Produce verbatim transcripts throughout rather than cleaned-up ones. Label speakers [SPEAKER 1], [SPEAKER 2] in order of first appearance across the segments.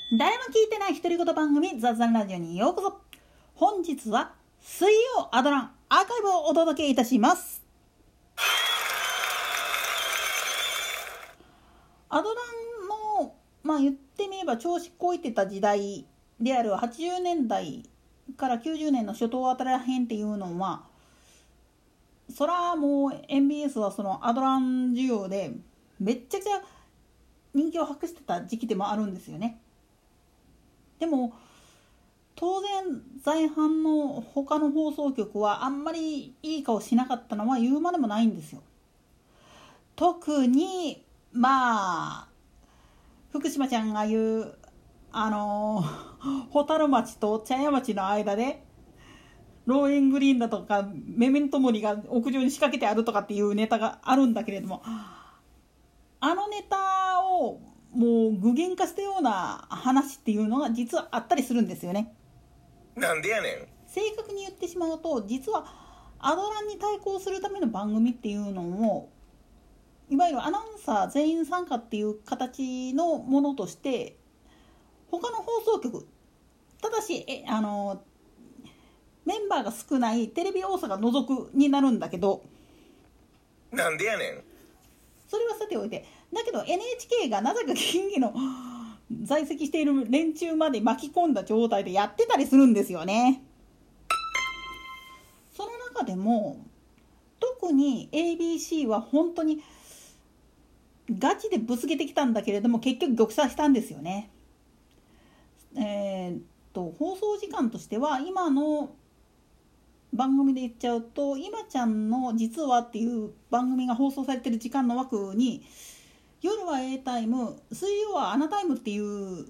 [SPEAKER 1] 誰も聞いてない独り言番組雑談ラジオにようこそ。本日は水曜アドランアーカイブをお届けいたします。アドランのまあ言ってみれば調子こいてた時代であるはちじゅうねんだいからきゅうじゅうねんの初頭あたりらへんっていうのは、そらもう エムビーエス はそのアドラン需要でめっちゃくちゃ人気を博してた時期でもあるんですよね。でも当然在阪の他の放送局はあんまりいい顔しなかったのは言うまでもないんですよ。特にまあ福島ちゃんが言うあの蛍町と茶屋町の間でローエングリーンだとかメメントモリが屋上に仕掛けてあるとかっていうネタがあるんだけれども、あのネタをもう具現化したような話っていうのが実はあったりするんですよね。
[SPEAKER 2] なんでやねん。
[SPEAKER 1] 正確に言ってしまうと、実はアドランに対抗するための番組っていうのをいわゆるアナウンサー全員参加っていう形のものとして他の放送局、ただしえあのメンバーが少ないテレビ大阪除くになるんだけど、
[SPEAKER 2] なんでやねん。
[SPEAKER 1] それはさておいて、だけど エヌエイチケー がなぜか近畿の在籍している連中まで巻き込んだ状態でやってたりするんですよね。その中でも特に エービーシー は本当にガチでぶつけてきたんだけれども結局玉砕したんですよね。えー、っと放送時間としては今の番組で言っちゃうと今ちゃんの実はっていう番組が放送されてる時間の枠に夜は A タイム、水曜はアナタイムっていう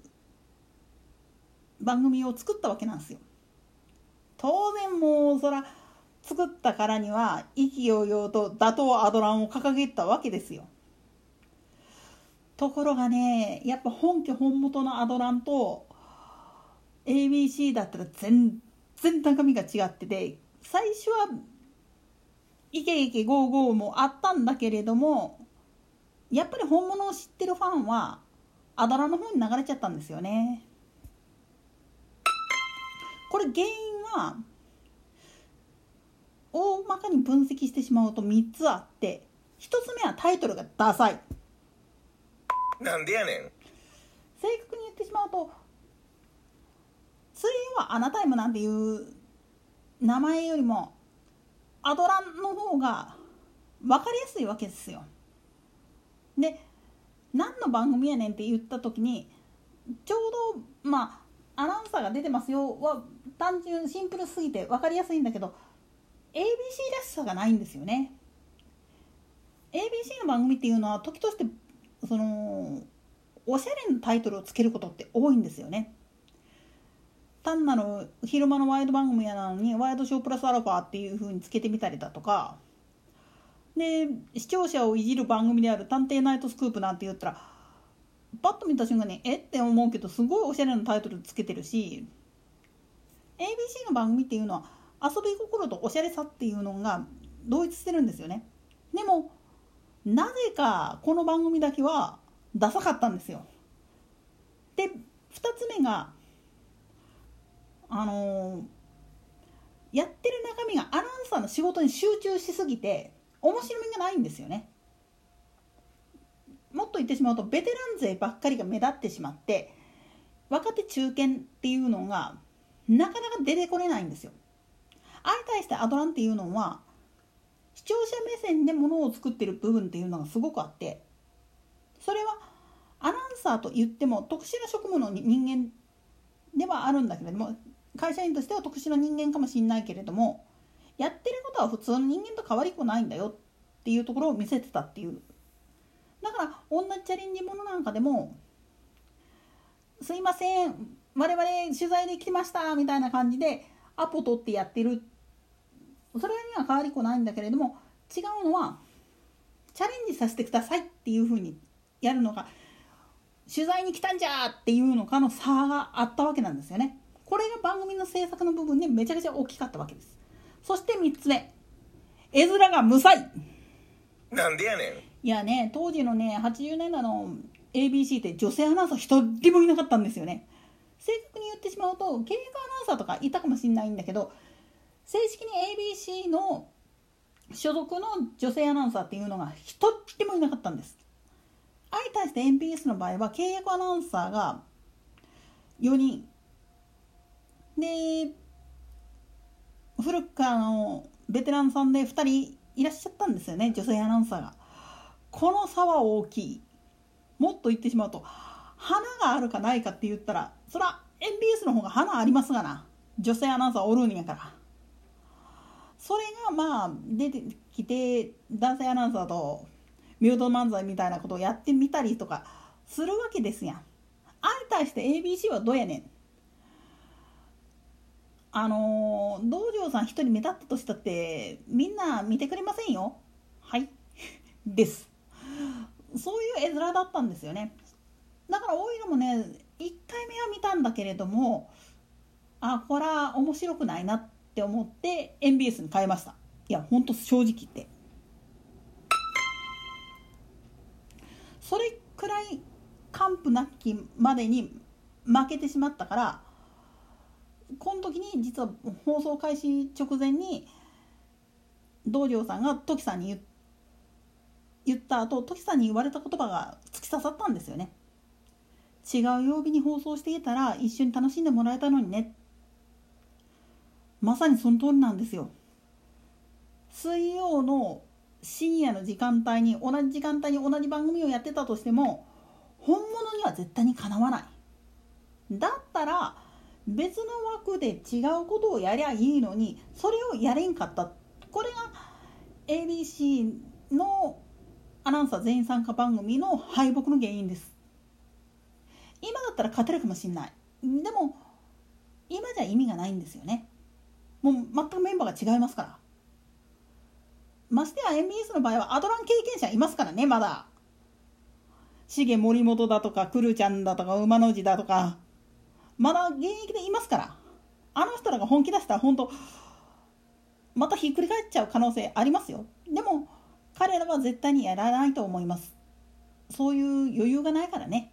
[SPEAKER 1] 番組を作ったわけなんですよ。当然もうそら作ったからには意気揚々と打倒アドランを掲げたわけですよ。ところがね、やっぱ本家本元のアドランと エービーシー だったら全然中身が違ってて、最初はイケイケゴーゴーもあったんだけれども、やっぱり本物を知ってるファンはアドランの方に流れちゃったんですよね。これ原因は大まかに分析してしまうとみっつあって、ひとつめはタイトルがダサい。
[SPEAKER 2] なんでやねん。
[SPEAKER 1] 正確に言ってしまうと水曜はアナタイムなんていう名前よりもアドランの方が分かりやすいわけですよ。で、何の番組やねんって言った時にちょうどまあアナウンサーが出てますよは単純シンプルすぎて分かりやすいんだけど エービーシー らしさがないんですよね。 エービーシー の番組っていうのは時としてそのおしゃれなタイトルをつけることって多いんですよね。単なる昼間のワイド番組やなのにワイドショープラスアルファっていう風につけてみたりだとかで、視聴者をいじる番組である探偵ナイトスクープなんて言ったらパッと見た瞬間にえって思うけどすごいおしゃれなタイトルつけてるし、 エービーシー の番組っていうのは遊び心とおしゃれさっていうのが同一してるんですよね。でもなぜかこの番組だけはダサかったんですよ。でふたつめがあのー、やってる中身がアナウンサーの仕事に集中しすぎて面白みがないんですよね。もっと言ってしまうとベテラン勢ばっかりが目立ってしまって若手中堅っていうのがなかなか出てこれないんですよ。相対してアドランっていうのは視聴者目線でものを作ってる部分っていうのがすごくあって、それはアナウンサーと言っても特殊な職務の人間ではあるんだけれども、会社員としては特殊な人間かもしれないけれどもやってることは普通の人間と変わりっこないんだよっていうところを見せてたっていう。だから同じチャレンジものなんかでもすいません我々取材で来ましたみたいな感じでアポ取ってやってる、それには変わりっこないんだけれども、違うのはチャレンジさせてくださいっていう風にやるのか取材に来たんじゃーっていうのかの差があったわけなんですよね。これが番組の制作の部分でめちゃくちゃ大きかったわけです。そしてみっつめ、絵面が無彩。
[SPEAKER 2] なんでやねん。
[SPEAKER 1] いやね、当時のねはちじゅうねんだいのエービーシー って女性アナウンサー一人もいなかったんですよね。正確に言ってしまうと契約アナウンサーとかいたかもしれないんだけど、正式に エービーシー の所属の女性アナウンサーっていうのが一人もいなかったんです。相対して エヌビーエス の場合は契約アナウンサーがよにんで、古くからのベテランさんでふたりいらっしゃったんですよね、女性アナウンサーが。この差は大きい。もっと言ってしまうと、花があるかないかって言ったら、それは エヌビーエス の方が花ありますがな。女性アナウンサーおるんやから。それがまあ出てきて、男性アナウンサーとミュート漫才みたいなことをやってみたりとかするわけですやん。相対して エービーシー はどうやねん。あのー、道場さん一人目立ったとしたってみんな見てくれませんよ。はいです。そういう絵面だったんですよね。だからおいらもね、いっかいめは見たんだけれども、あ、これは面白くないなって思って エヌビーエス に変えました。いや、ほんと正直言って。それくらい完膚なきまでに負けてしまったから、この時に実は放送開始直前に道場さんがトキさんに言言った後、トキさんに言われた言葉が突き刺さったんですよね。違う曜日に放送していたら一緒に楽しんでもらえたのにね。まさにその通りなんですよ。水曜の深夜の時間帯に同じ時間帯に同じ番組をやってたとしても、本物には絶対にかなわない。だったら別の枠で違うことをやりゃいいのに、それをやれんかった。これが エービーシー のアナウンサー全員参加番組の敗北の原因です。今だったら勝てるかもしれない。でも今じゃ意味がないんですよね。もう全くメンバーが違いますから。ましてや エヌビーエス の場合はアドラン経験者いますからね。まだ重森本だとかくるちゃんだとか馬の字だとかまだ現役でいますから、あの人らが本気出したら本当またひっくり返っちゃう可能性ありますよ。でも彼らは絶対にやらないと思います。そういう余裕がないからね。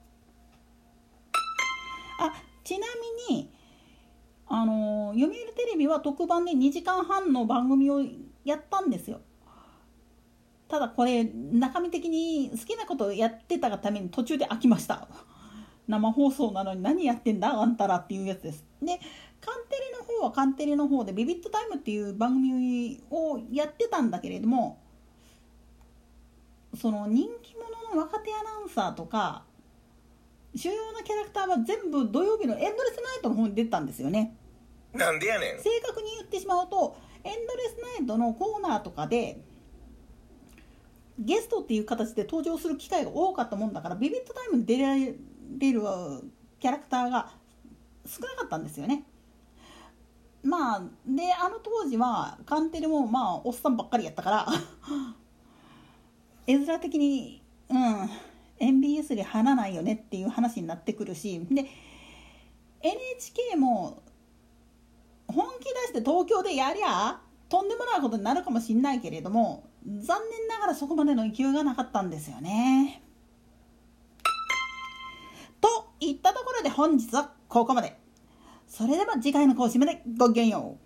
[SPEAKER 1] あ、ちなみにあの読売テレビは特番でにじかんはんの番組をやったんですよ。ただこれ中身的に好きなことをやってたがために途中で飽きました。生放送なのに何やってんだあんたらっていうやつです。で、カンテレの方はカンテレの方でビビットタイムっていう番組をやってたんだけれども、その人気者の若手アナウンサーとか主要なキャラクターは全部土曜日のエンドレスナイトの方に出たんですよね。
[SPEAKER 2] なんでやねん。
[SPEAKER 1] 正確に言ってしまうとエンドレスナイトのコーナーとかでゲストっていう形で登場する機会が多かったもんだから、ビビットタイムに出られるキャラクターが少なかったんですよね。まあで、あの当時はカンテレもまあおっさんばっかりやったから絵面的にうん エヌビーエス で入らないよねっていう話になってくるし、で エヌエイチケー も本気出して東京でやりゃとんでもないことになるかもしれないけれども、残念ながらそこまでの勢いがなかったんですよね。といったところで本日はここまで。それでは次回の更新までごきげんよう。